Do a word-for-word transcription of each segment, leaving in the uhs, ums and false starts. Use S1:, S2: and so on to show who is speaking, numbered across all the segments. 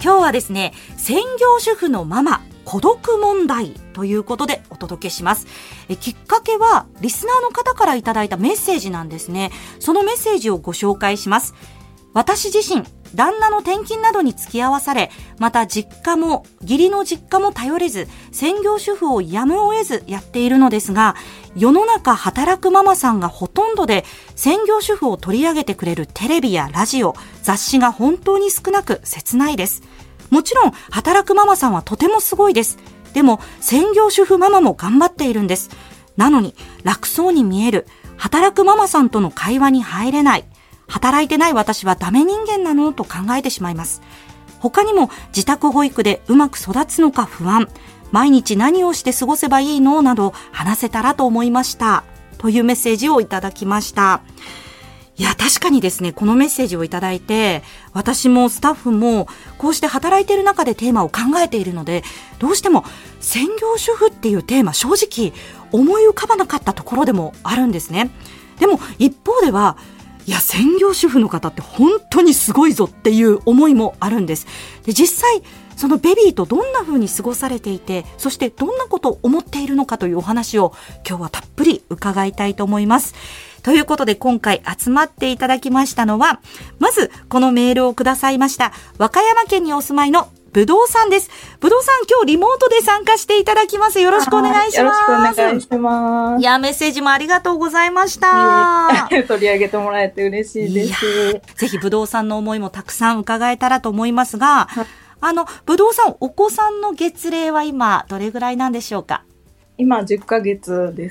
S1: 今日はですね、専業主婦のママ孤独問題ということでお届けします。えきっかけはリスナーの方からいただいたメッセージなんですね。そのメッセージをご紹介します。私自身、旦那の転勤などに付き合わされ、また実家も義理の実家も頼れず、専業主婦をやむを得ずやっているのですが、世の中働くママさんがほとんどで、専業主婦を取り上げてくれるテレビやラジオ、雑誌が本当に少なく切ないです。もちろん働くママさんはとてもすごいです。でも専業主婦ママも頑張っているんです。なのに楽そうに見える。働くママさんとの会話に入れない。働いてない私はダメ人間なのと考えてしまいます。他にも自宅保育でうまく育つのか不安。毎日何をして過ごせばいいのなど話せたらと思いました。というメッセージをいただきました。いや、確かにですね、このメッセージをいただいて、私もスタッフもこうして働いている中でテーマを考えているので、どうしても専業主婦っていうテーマ、正直思い浮かばなかったところでもあるんですね。でも一方では、いや、専業主婦の方って本当にすごいぞっていう思いもあるんです。で、実際そのベビーとどんな風に過ごされていて、そしてどんなことを思っているのかというお話を今日はたっぷり伺いたいと思います。ということで今回集まっていただきましたのは、まずこのメールをくださいました和歌山県にお住まいのぶどうさんです。ぶどうさん、今日リモートで参加していただきます。よろしくお願いします。
S2: よろしくお願いします。
S1: いや、メッセージもありがとうございました。
S2: 取り上げてもらえて嬉しいです。
S1: ぜひぶどうさんの思いもたくさん伺えたらと思いますが、あのぶどうさん、お子さんの月齢は今どれぐらいなんでしょうか？
S2: 今じゅっかげつです。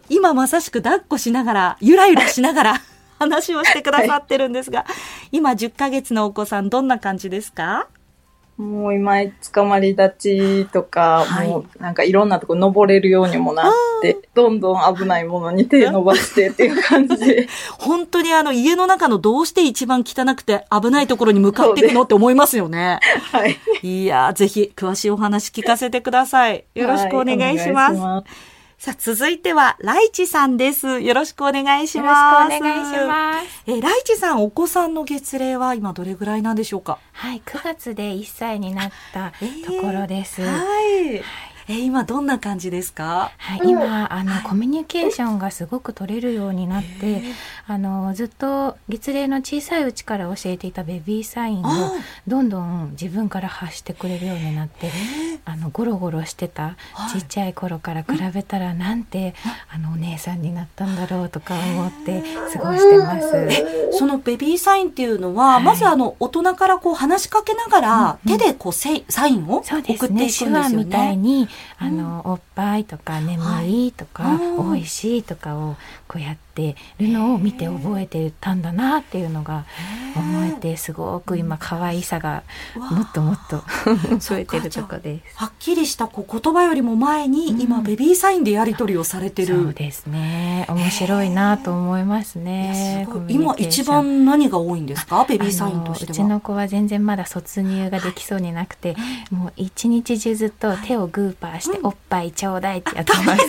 S1: 今まさしく抱っこしながらゆらゆらしながら話をしてくださってるんですが、はい、今じゅっかげつのお子さんどんな感じですか？
S2: もう今捕まり立ちとか、はい、もうなんかいろんなとこ登れるようにもなって、どんどん危ないものに手伸ばしてっていう感じで
S1: 本当にあの家の中のどうして一番汚くて危ないところに向かっていくのって思いますよね。
S2: はい。
S1: いや、ぜひ詳しいお話聞かせてください。よろしくお願いします。はい、お願いします。さあ、続いてはライチさんです。よろしくお願いします。
S3: よろしくお願いします。
S1: え、ライチさん、お子さんの月齢は今どれぐらいなんでしょうか？
S3: はい、くがつでいっさいになったところです。
S1: えー、はい。はい、えー、今どんな感じですか？
S3: はい、今あの、はい、コミュニケーションがすごく取れるようになって、あのずっと月齢の小さいうちから教えていたベビーサインをどんどん自分から発してくれるようになって、あのゴロゴロしてたちっちゃい頃から比べたらなんて、あのお姉さんになったんだろうとか思って過ごしてます。
S1: そのベビーサインっていうのは、はい、まずあの大人からこう話しかけながら、うんうん、手でこうサインを送っていくんですよね。
S3: 手話みたいにあの、うん、おっぱいとか眠いとか、はい、おいしいとかをこうやってるのを見て覚えてたんだなっていうのが思えて、すごく今可愛さがもっともっと増えてるとこです。
S1: はっきりしたこう言葉よりも前に、うん、今ベビーサインでやり取りをされてる。
S3: そうですね、面白いなと思いますね。
S1: すごい。今一番何が多いんですか？ベビーサインとしては。
S3: うちの子は全然まだ卒乳ができそうになくて、はい、もう一日中ずっと手をグーパーして、うん、おっぱいちょうだいってやってます。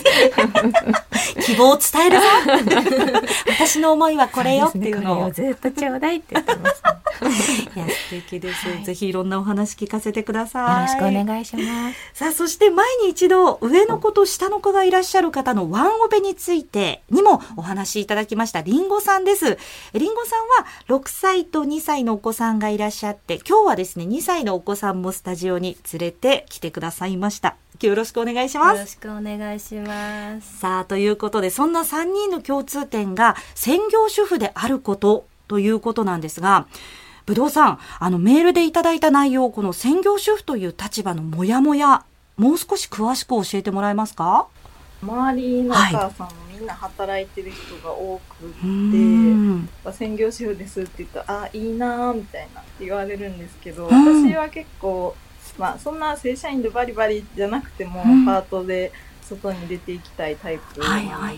S1: 希望を伝えるぞ私の思いはこれよっていうのを、
S3: ね、ずっとちょうだいって言ってます、
S1: いや、素敵です、はい、ぜひいろんなお話聞かせてください。
S3: よろしくお願いします。
S1: さあ、そして前に一度上の子と下の子がいらっしゃる方のワンオペについてにもお話いただきましたりんごさんです。りんごさんはろくさいとにさいのお子さんがいらっしゃって、今日はですねにさいのお子さんもスタジオに連れてきてくださいました。よろしくお願いします。
S4: よろしくお願いします。
S1: さあ、ということでそんなさんにんの共通点が専業主婦であることということなんですが、ぶどうさん、あのメールでいただいた内容、この専業主婦という立場のモヤモヤ、もう少し詳しく教えてもらえますか？
S2: 周りのお母さんもみんな働いてる人が多くって、はい、専業主婦ですって言ったら、あ、いいなみたいなって言われるんですけど、私は結構まあ、そんな正社員でバリバリじゃなくても、うん、パートで外に出ていきたいタイプなので、はいはい、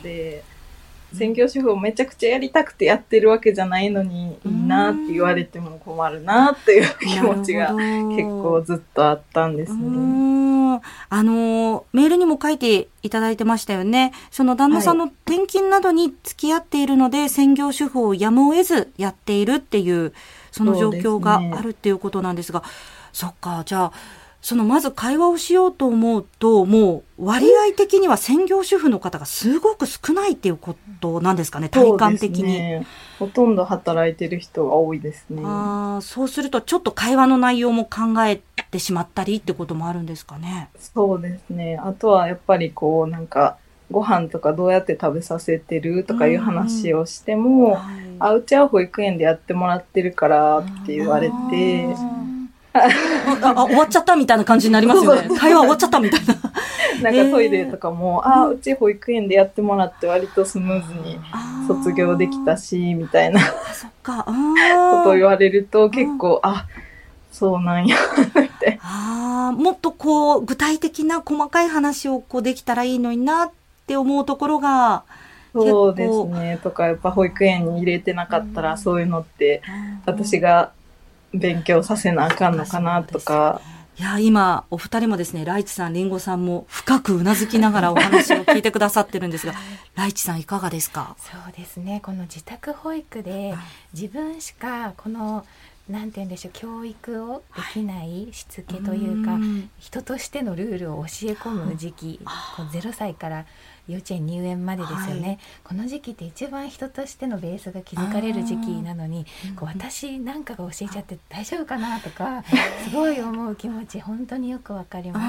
S2: 専業主婦をめちゃくちゃやりたくてやってるわけじゃないのに、いいなって言われても困るなっていう気持ちが結構ずっとあったんですね。
S1: うん、あのメールにも書いていただいてましたよね。その旦那さんの転勤などに付き合っているので、はい、専業主婦をやむを得ずやっているっていうその状況があるっていうことなんですが、 そっか。じゃあそのまず会話をしようと思うと、もう割合的には専業主婦の方がすごく少ないっていうことなんですかね、体感的に。そうですね。
S2: ほとんど働いてる人が多いですね。
S1: あ、そうするとちょっと会話の内容も考えてしまったりってこともあるんですかね。
S2: そうですね。あとはやっぱりこうなんかご飯とかどうやって食べさせてるとかいう話をしても、うんうん、はい、あ、うちは保育園でやってもらってるからって言われて、
S1: ああ、終わっちゃったみたいな感じになりますよね。会話終わっちゃったみたいな。
S2: なんかトイレとかも、えー、あ、うち保育園でやってもらって割とスムーズに卒業できたし、みたいなことを言われると結構、あ、そうなんや、って。
S1: あ、もっとこう、具体的な細かい話をこうできたらいいのになって思うところが、
S2: そうですね。とか、やっぱ保育園に入れてなかったら、そういうのって、私が勉強させなあかんのかなとか。
S1: いや、今お二人もですね、ライチさん、リンゴさんも深くうなずきながらお話を聞いてくださってるんですが、ライチさんいかがですか？
S3: そうですね、この自宅保育で自分しかこのなんて言うんでしょう、教育をできないしつけというか、はい、う人としてのルールを教え込む時期、こうゼロさいから幼稚園入園までですよね、はい、この時期って一番人としてのベースが築かれる時期なのに、こう私なんかが教えちゃって大丈夫かなとかすごい思う気持ち本当によくわかります。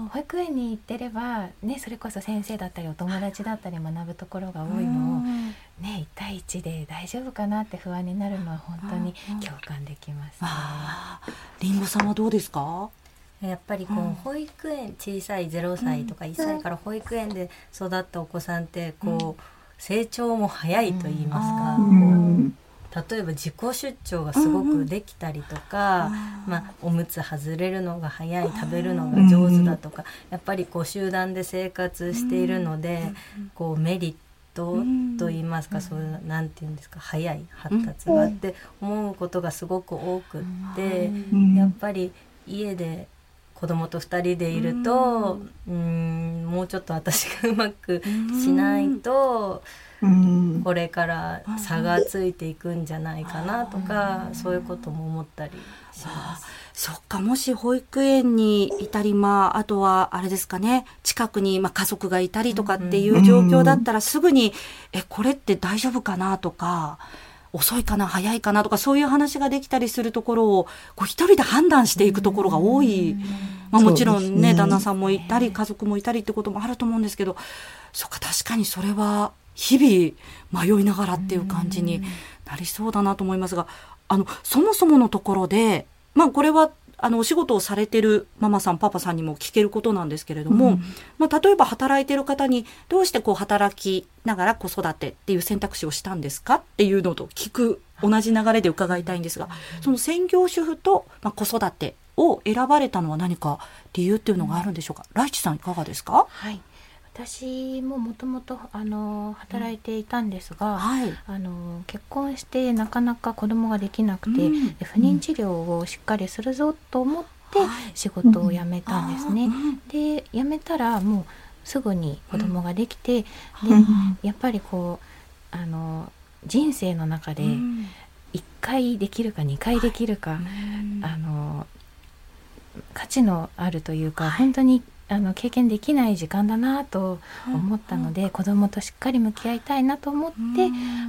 S3: 保育園に行ってれば、ね、それこそ先生だったりお友達だったり学ぶところが多いのを、ね、いち対いちで大丈夫かなって不安になるのは本当に共感できますね。
S1: りんごさんはどうですか？
S4: やっぱりこう保育園、小さいゼロさいとかいっさいから保育園で育ったお子さんってこう成長も早いと言いますか、うん例えば自己出張がすごくできたりとか、うんまあ、おむつ外れるのが早い、食べるのが上手だとか、やっぱりこう集団で生活しているので、こうメリットと言いますか、そういうなんていうんですか、早い発達があって思うことがすごく多くって、やっぱり家で子供とふたりでいると、うーんもうちょっと私がうまくしないとこれから差がついていくんじゃないかなとか、そういうことも思ったりします。
S1: そっか、もし保育園にいたり、まあ、あとはあれですかね、近くにまあ家族がいたりとかっていう状況だったらすぐに、え、これって大丈夫かなとか、遅いかな早いかなとか、そういう話ができたりするところをこう一人で判断していくところが多い、まあ、もちろん ね, ね旦那さんもいたり家族もいたりってこともあると思うんですけど、そっか、確かにそれは日々迷いながらっていう感じになりそうだなと思いますが、あのそもそものところで、まあ、これはあのお仕事をされてるママさんパパさんにも聞けることなんですけれども、うんまあ、例えば働いてる方にどうしてこう働きながら子育てっていう選択肢をしたんですかっていうのと聞く同じ流れで伺いたいんですが、その専業主婦と、まあ、子育てを選ばれたのは何か理由っていうのがあるんでしょうか。ライチさんいかがですか？
S3: はい、私ももともと働いていたんですが、うんはい、あの結婚してなかなか子供ができなくて、うん、不妊治療をしっかりするぞと思って仕事を辞めたんですね、うん、で辞めたらもうすぐに子供ができて、うん、でやっぱりこうあの人生の中でいっかいできるかにかいできるか、はい、あの価値のあるというか、はい、本当にあの経験できない時間だなと思ったので、うんうん、子供としっかり向き合いたいなと思って、うん、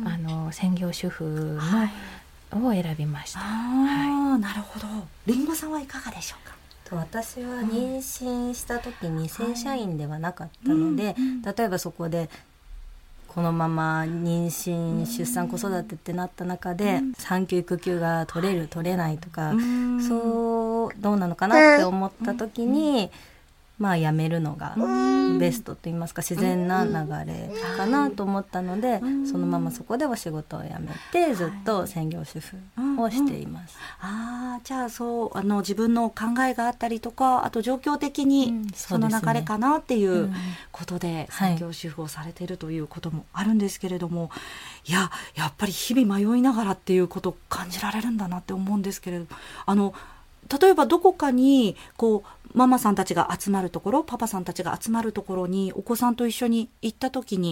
S3: あの専業主婦の、はい、を選びました。あ、
S1: はい、なるほど。りんごさんはいかがでしょうか？
S4: 私は妊娠した時に正社員ではなかったので、はいうん、例えばそこでこのまま妊娠出産子育てってなった中で、うん、産休育休が取れる取れないとか、うん、そうどうなのかなって思った時に、うんまあ辞めるのがベストと言いますか自然な流れかなと思ったので、そのままそこでお仕事を辞めてずっと専業主婦をしています。
S1: あ、じゃあそうあの自分の考えがあったりとか、あと状況的にその流れかなっていうことで専業主婦をされているということもあるんですけれども、いややっぱり日々迷いながらっていうことを感じられるんだなって思うんですけれど、あの例えばどこかにこうママさんたちが集まるところ、パパさんたちが集まるところにお子さんと一緒に行った時に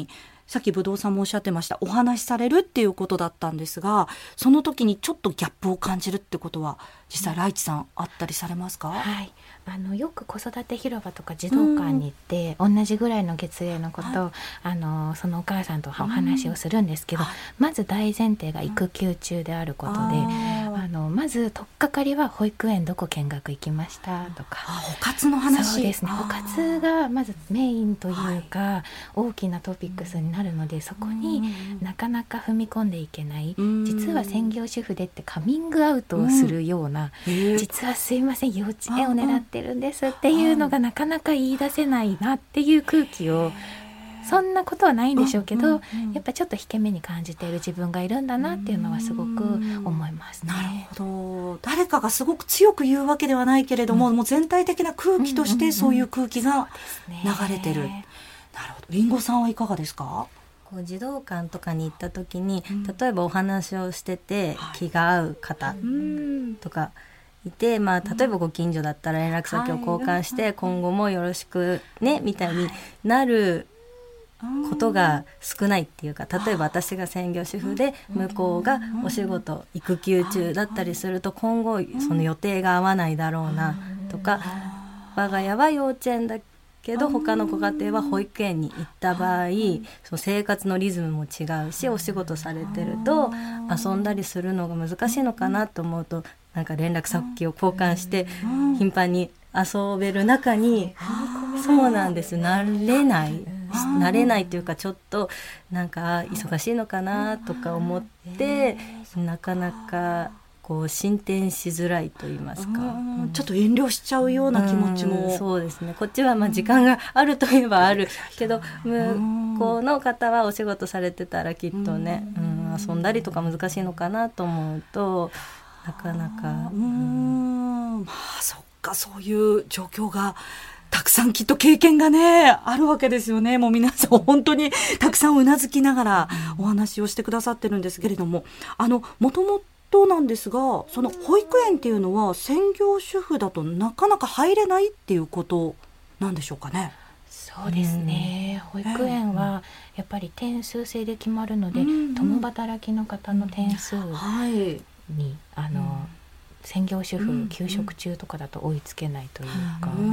S1: さっきぶどうさんもおっしゃってましたお話しされるっていうことだったんですが、その時にちょっとギャップを感じるってことは実際ライチさんあったりされますか？
S3: はい、あのよく子育て広場とか児童館に行って、うん、同じぐらいの月齢の子と、はい、あのそのお母さんとお話をするんですけど、うん、まず大前提が育休中であることで、うん、あのまず取っかかりは保育園どこ見学行きましたとか、
S1: あ、保活の話。
S3: そうですね、保活がまずメインというか、はい、大きなトピックスになるので、そこになかなか踏み込んでいけない、うん、実は専業主婦でってカミングアウトをするような、うん、実はすいません幼稚園を狙ってるんですっていうのがなかなか言い出せないなっていう空気を、そんなことはないんでしょうけど、うんうんうん、やっぱちょっと引け目に感じている自分がいるんだなっていうのはすごく思いますね。
S1: なるほど。誰かがすごく強く言うわけではないけれども、うん、もう全体的な空気としてそういう空気が流れてる、うんうんうん、なるほど。りんごさんはいかがですか？
S4: こう児童館とかに行った時に、うん、例えばお話をしてて気が合う方とかいて、まあ、例えばご近所だったら連絡先を交換して今後もよろしくねみたいになることが少ないっていうか、例えば私が専業主婦で向こうがお仕事育休中だったりすると今後その予定が合わないだろうなとか、我が家は幼稚園だけど他のご家庭は保育園に行った場合、その生活のリズムも違うし、お仕事されてると遊んだりするのが難しいのかなと思うと、なんか連絡先を交換して頻繁に遊べる中に、そうなんです、慣れない慣れないというか、ちょっとなんか忙しいのかなとか思ってなかなかこう進展しづらいと言いますか、
S1: うん、ちょっと遠慮しちゃうような気持ちも、
S4: うん、そうですね。こっちはまあ時間があるといえばあるけど、向こうの方はお仕事されてたらきっとね、うん、遊んだりとか難しいのかなと思うとなかなか、
S1: うーん、まあそっか、そういう状況がたくさんきっと経験がねあるわけですよね。もう皆さん本当にたくさんうなずきながらお話をしてくださってるんですけれども、あのもともとなんですが、その保育園っていうのは専業主婦だとなかなか入れないっていうことなんでしょうかね。
S3: そうですね、保育園はやっぱり点数制で決まるので、うん、共働きの方の点数に、はい、あの、うん、専業主婦休職中とかだと追いつけないというか、うん、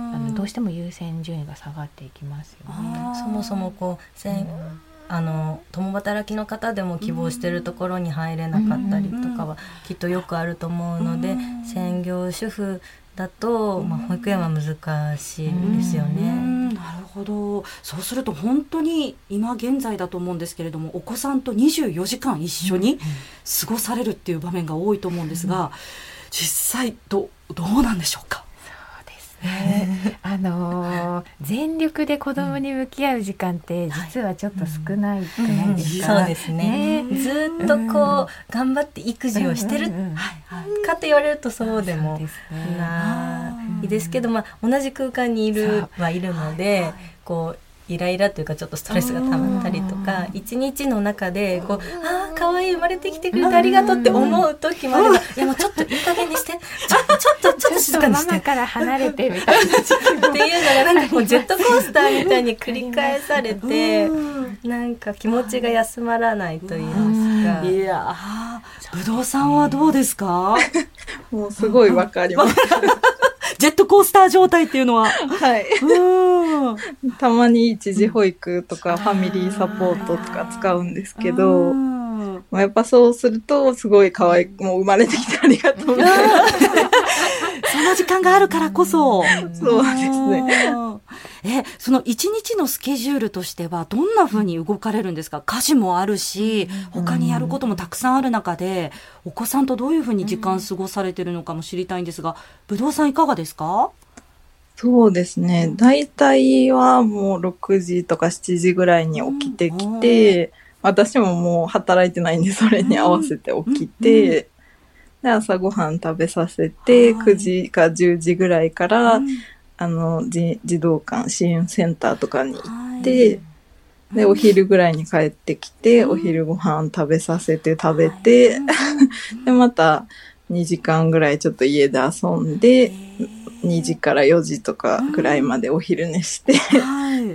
S3: あのどうしても優先順位が下がっていきますよね。
S4: そもそもこうせん、うん、あの共働きの方でも希望しているところに入れなかったりとかはきっとよくあると思うので、うん、専業主婦だと、まあ、保育園は難しいですよね。うん、
S1: なるほど。そうすると本当に今現在だと思うんですけれども、お子さんとにじゅうよじかん一緒に過ごされるっていう場面が多いと思うんですが、うん、実際 ど, どうなんでしょうか。
S3: ね、あのー、全力で子供に向き合う時間って実はちょっと少ないくないですか、
S4: うんうん、そうですね、ね、ずっとこう、うん、頑張って育児をしてるかと言われるとそうでもないですけど、まあ、同じ空間にいるはいるので、こうイライラというかちょっとストレスが溜まったりとか、一日の中でこう、あー可愛い生まれてきてくれてありがとうって思う時もあれば、いやもうちょっといい加減にして、ちょちょっとちょっと静かにして、
S3: ママから離れてみたいなっていう
S4: のがなんかこうジェットコースターみたいに繰り返されて、なんか気持ちが休まらないと言いますか。
S1: いやー、ぶどうさんはどうですか？
S2: もうすごいわかります。
S1: ジェットコースター状態っていうのは、
S2: はい、うん、たまに一時保育とかファミリーサポートとか使うんですけど、まあ、やっぱそうするとすごい可愛い、もう生まれてきてありがとうみたいな
S1: その時間があるからこそ、
S2: そうですね。
S1: え、その一日のスケジュールとしてはどんな風に動かれるんですか？家事もあるし他にやることもたくさんある中で、お子さんとどういう風に時間過ごされてるのかも知りたいんですが、ぶどうさんいかがですか？
S2: そうですね、だいたいはもうろくじとかしちじぐらいに起きてきて、うん、私ももう働いてないんでそれに合わせて起きて、うんうん、で朝ごはん食べさせて、くじかじゅうじぐらいから、うん、あの児童館支援センターとかに行って、でお昼ぐらいに帰ってきて、うん、お昼ご飯食べさせて食べて、でまたにじかんぐらいちょっと家で遊んで、にじからよじとかぐらいまでお昼寝して、 、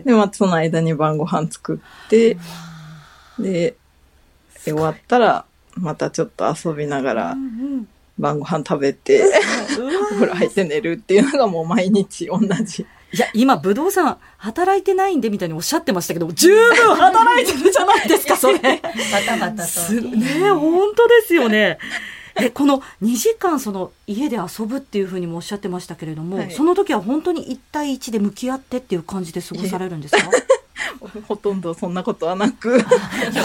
S2: でまたその間に晩ご飯作ってで終わったらまたちょっと遊びながら晩ご飯食べてお風呂入って寝るっていうのがもう毎日同じ。
S1: いや今ぶどうさん働いてないんでみたいにおっしゃってましたけど十分働いてるじゃないですかそれ。バ
S4: タバタと
S1: ね本当ですよね。えこのにじかんその家で遊ぶっていうふうにもおっしゃってましたけれども、はい、その時は本当にいち対いちで向き合ってっていう感じで過ごされるんですか？
S2: ほとんどそんなことはなく触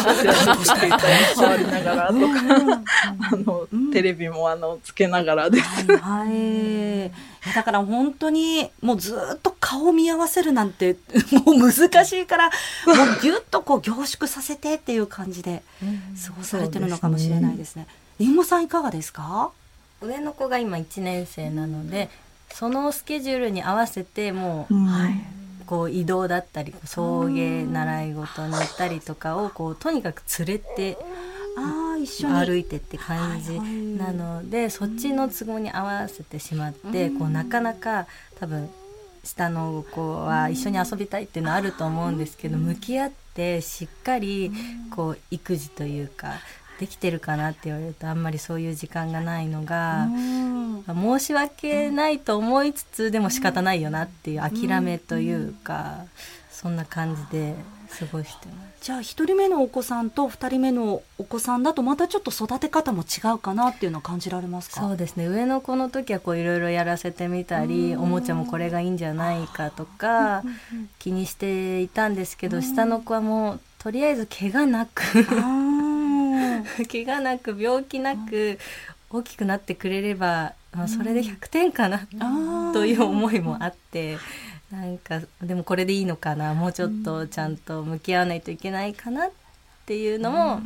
S2: りながらとかあの、うん、テレビもあのつけながらです、
S1: はいはい、だから本当にもうずっと顔見合わせるなんてもう難しいからもうギュッとこう凝縮させてっていう感じで過ごされてるのかもしれないですね。りんごさんいかがですか？
S4: 上の子が今いちねん生なのでそのスケジュールに合わせてもう、うんはいこう移動だったり送迎習い事に行ったりとかをこうとにかく連れてあ一緒に歩いてって感じなので、はいはい、そっちの都合に合わせてしまって、うん、こうなかなか多分下の子は一緒に遊びたいっていうのはあると思うんですけど、向き合ってしっかりこう育児というかできてるかなって言われるとあんまりそういう時間がないのが申し訳ないと思いつつでも仕方ないよなっていう諦めというかそんな感じで過ごしてます。
S1: じゃあひとりめのお子さんとふたりめのお子さんだとまたちょっと育て方も違うかなっていうのは感じられますか？
S4: そうですね、上の子の時はこういろいろやらせてみたりおもちゃもこれがいいんじゃないかとか気にしていたんですけど、下の子はもうとりあえず怪我なく怪我なく病気なく大きくなってくれれば、まあ、それでひゃくてんかなという思いもあって、なんかでもこれでいいのかな、もうちょっとちゃんと向き合わないといけないかなっていうのも、うん、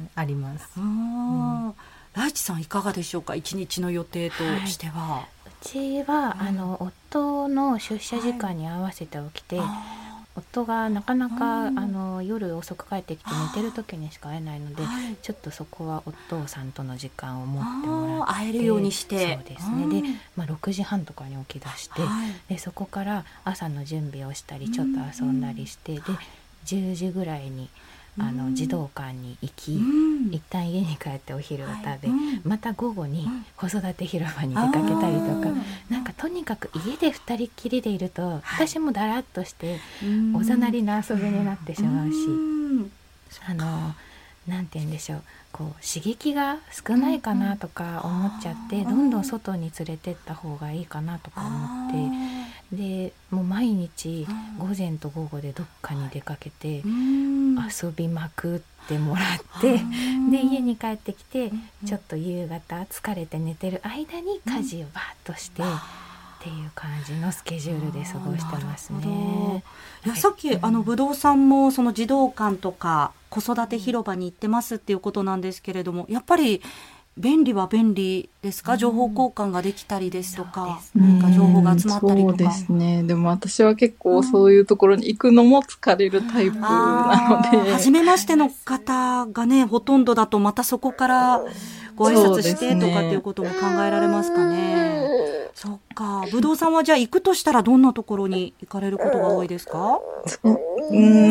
S4: あります。
S1: あ、うん、ライチさんいかがでしょうか、一日の予定としては。
S3: はい、うちは、うん、あの夫の出社時間に合わせて起きて、はい、夫がなかなかあの夜遅く帰ってきて寝てる時にしか会えないので、はい、ちょっとそこはお父さんとの時間を持ってもらって
S1: 会えるようにして、
S3: そうですね、で、まあ、ろくじはんとかに起き出して、はい、でそこから朝の準備をしたりちょっと遊んだりして、でじゅうじぐらいにあの児童館に行き、一旦家に帰ってお昼を食べ、はい、また午後に子育て広場に出かけたりとか、なんかとにかく家で二人っきりでいると、はい、私もだらっとしておざなりな遊びになってしまうし、あのなんて言うんでしょう、こう刺激が少ないかなとか思っちゃって、どんどん外に連れてった方がいいかなとか思って、でもう毎日午前と午後でどっかに出かけて遊びまくってもらって、で家に帰ってきてちょっと夕方疲れて寝てる間に家事をバーッとしてっていう感じのスケジュールで過ごしてますね。
S1: いや、さっき、はい、あのぶどうさんもその児童館とか子育て広場に行ってますっていうことなんですけれども、やっぱり便利は便利ですか？情報交換ができたりですとか、うん、なんか情報が集まったりとか。
S2: そうですね。でも私は結構そういうところに行くのも疲れるタイプなので、
S1: 初めましての方がねほとんどだと、またそこからご挨拶してとかっていうことも考えられますかね。そっか。ぶどうさんはじゃあ行くとしたらどんなところに行かれることが多いですか？
S2: うん、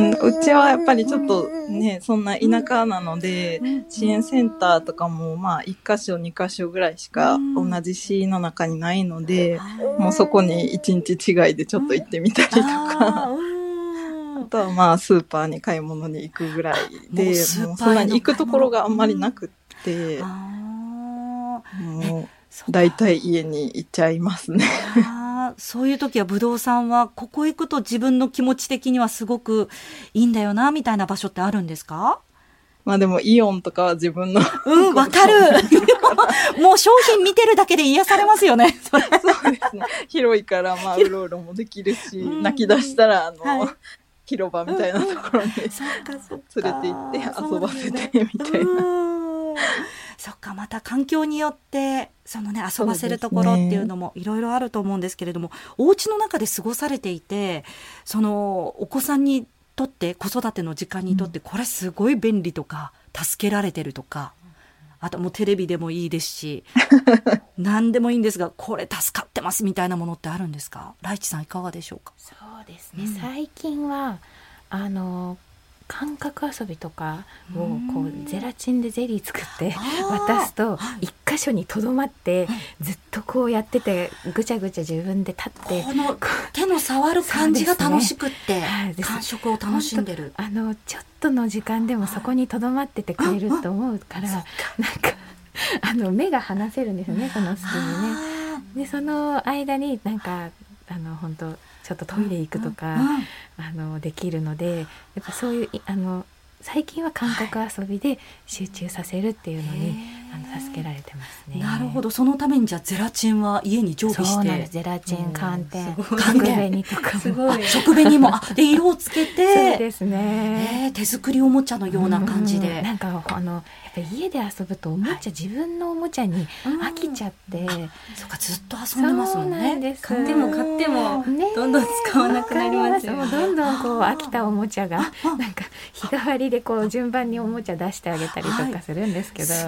S2: うちはやっぱりちょっとね、そんな田舎なので、支援センターとかもまあいっかしょにかしょぐらいしか同じ市の中にないので、もうそこにいちにち違いでちょっと行ってみたりとか、あとはまあスーパーに買い物に行くぐらいで、もうそんなに行くところがあんまりなくって、もうだいたい家に行っちゃいますね。
S1: あ、そういう時はぶどうさんはここ行くと自分の気持ち的にはすごくいいんだよなみたいな場所ってあるんですか？
S2: まあでもイオンとかは自分の
S1: うん、わかるもう商品見てるだけで癒されますよね。それ
S2: そうですね、広いからまあうろうろもできるし、泣き出したらあの、はい、広場みたいなところに連れて行って遊ばせてみたいな。
S1: そっか、また環境によってそのね遊ばせるところっていうのもいろいろあると思うんですけれども、お家の中で過ごされていて、そのお子さんにとって子育ての時間にとってこれすごい便利とか助けられてるとかああともうテレビでもいいですし何でもいいんですが、これ助かってますみたいなものってあるんですか？ライチさんいかがでしょうか？
S3: そうですね、うん、最近はあの感覚遊びとかをこうゼラチンでゼリー作って渡すと一箇所にとどまってずっとこうやっててぐちゃぐちゃ自分で立って
S1: この手の触る感じが楽しくって感触を楽しんでる。
S3: あのちょっとの時間でもそこにとどまっててくれると思うから、なんかあの目が離せるんですよね、この隙にね。でその間になんかあの本当ちょっとトイレ行くとか、うんうん、あのできるので、やっぱそういうあの最近は感覚遊びで集中させるっていうのに、はい、あの助けられてますね。
S1: なるほど。そのためにじゃあゼラチンは家に常備して。
S3: そうなんです。ゼラチン、寒天、食紅とかも
S1: すごい食紅もあで色をつけて
S3: そうですね、
S1: えー、手作りおもちゃのような感じで、
S3: うん、なんかあのやっぱり家で遊ぶとおもちゃ、はい、自分のおもちゃに飽きちゃって、うん、
S1: そうかずっと遊んでますもんね。
S3: そうなんです。
S4: 買っても買ってもどんどん使わなくなりますよね。
S3: もうどんどんこう飽きたおもちゃがなんか日替わりでこう順番におもちゃ出してあげたりとかするんですけど、はい、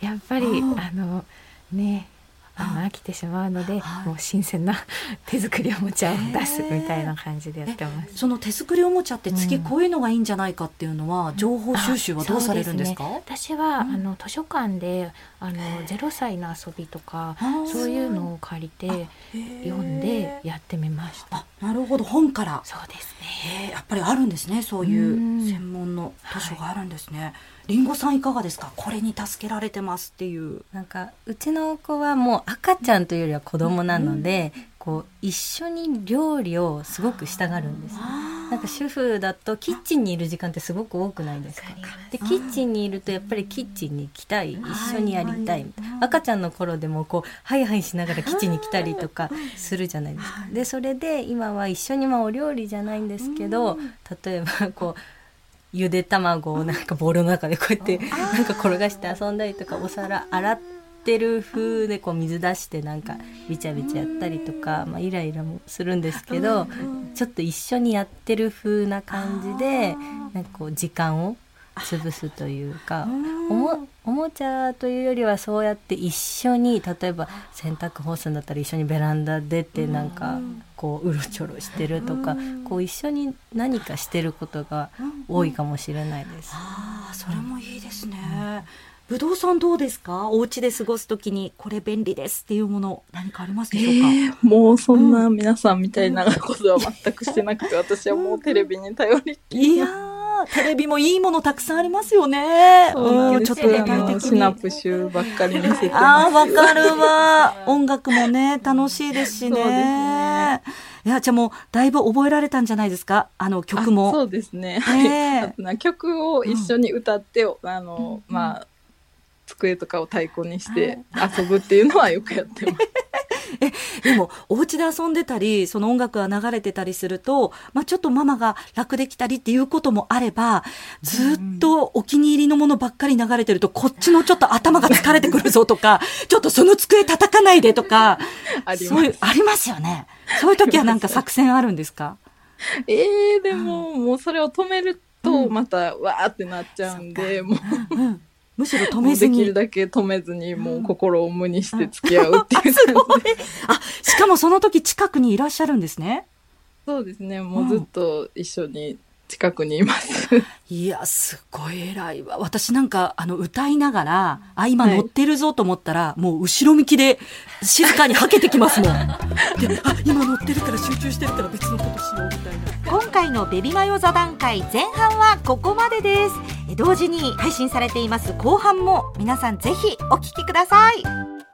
S3: やっぱりあのねあの飽きてしまうので、もう新鮮な手作りおもちゃを出すみたいな感じでやってます。
S1: その手作りおもちゃって次こういうのがいいんじゃないかっていうのは、うん、情報収集はどうされるんですか？
S3: ですね、私は、うん、あの図書館であのゼロさいの遊びとかそういうのを借りて読んでやってみました。
S1: あ、なるほど。本から。
S3: そうです
S1: ね。やっぱりあるんですね、そういう専門の図書があるんですね。はい、りんごさんいかがですか？これに助けられてますっていう。
S4: なんかうちの子はもう赤ちゃんというよりは子供なので、うん、こう一緒に料理をすごくしたがるんです。なんか主婦だとキッチンにいる時間ってすごく多くないですか？でキッチンにいるとやっぱりキッチンに行きたい、一緒にやりたいみたいな。赤ちゃんの頃でもこうハイハイしながらキッチンに来たりとかするじゃないですか。でそれで今は一緒にまあお料理じゃないんですけど、例えばこうゆで卵をなんかボウルの中でこうやってなんか転がして遊んだりとか、お皿洗ってる風でこう水出してなんかビチャビチャやったりとか、まあ、イライラもするんですけど、ちょっと一緒にやってる風な感じでなんかこう時間を潰すというか、おも、おもちゃというよりはそうやって一緒に、例えば洗濯干すんだったら一緒にベランダ出てなんかこううろちょろしてるとか、こう一緒に何かしてることが多いかもしれないです。
S1: ああ、それもいいですね。ぶどうさんどうですか？お家で過ごすときにこれ便利ですっていうもの何かありますでしょうか？
S2: えー、もうそんな皆さんみたいなことは全くしてなくて、私はもうテレビに頼り
S1: いやテレビもいいものたくさんありますよね。
S2: そうなんです。ちょっとあのシナプシュばっかり見せてます。
S1: ああ、わかるわ。音楽もね楽しいですしね。そうですね。いや、じゃあもうだいぶ覚えられたんじゃないですか？あの曲も。
S2: そうですね。はい。曲を一緒に歌って、うん、あの、うん、まあ机とかを太鼓にして遊ぶっていうのはよくやってます。
S1: えでもお家で遊んでたりその音楽が流れてたりすると、まあ、ちょっとママが楽できたりっていうこともあれば、ずっとお気に入りのものばっかり流れてるとこっちのちょっと頭が疲れてくるぞとかちょっとその机叩かないでとか
S2: あります。
S1: そういうありますよね。そういう時はなんか作戦あるんですか？
S2: えー、でも、うん、もうそれを止めるとまたわーってなっちゃうんで、うん、もう、うん
S1: むしろ止めずに
S2: できるだけ止めずにもう心を無にして付き合うっていう感じで、うん、
S1: あ、しかもその時近くにいらっしゃるんですね。
S2: そうですね。もうずっと一緒に近くにいます、うん、
S1: いやすごい偉いわ。私なんかあの歌いながらあ今乗ってるぞと思ったら、はい、もう後ろ向きで静かにはけてきますもんであ今乗ってるから集中してるから別のことしようみたいな。今回のベビマヨ座談会前半はここまでです。同時に配信されています後半も皆さんぜひお聞きください。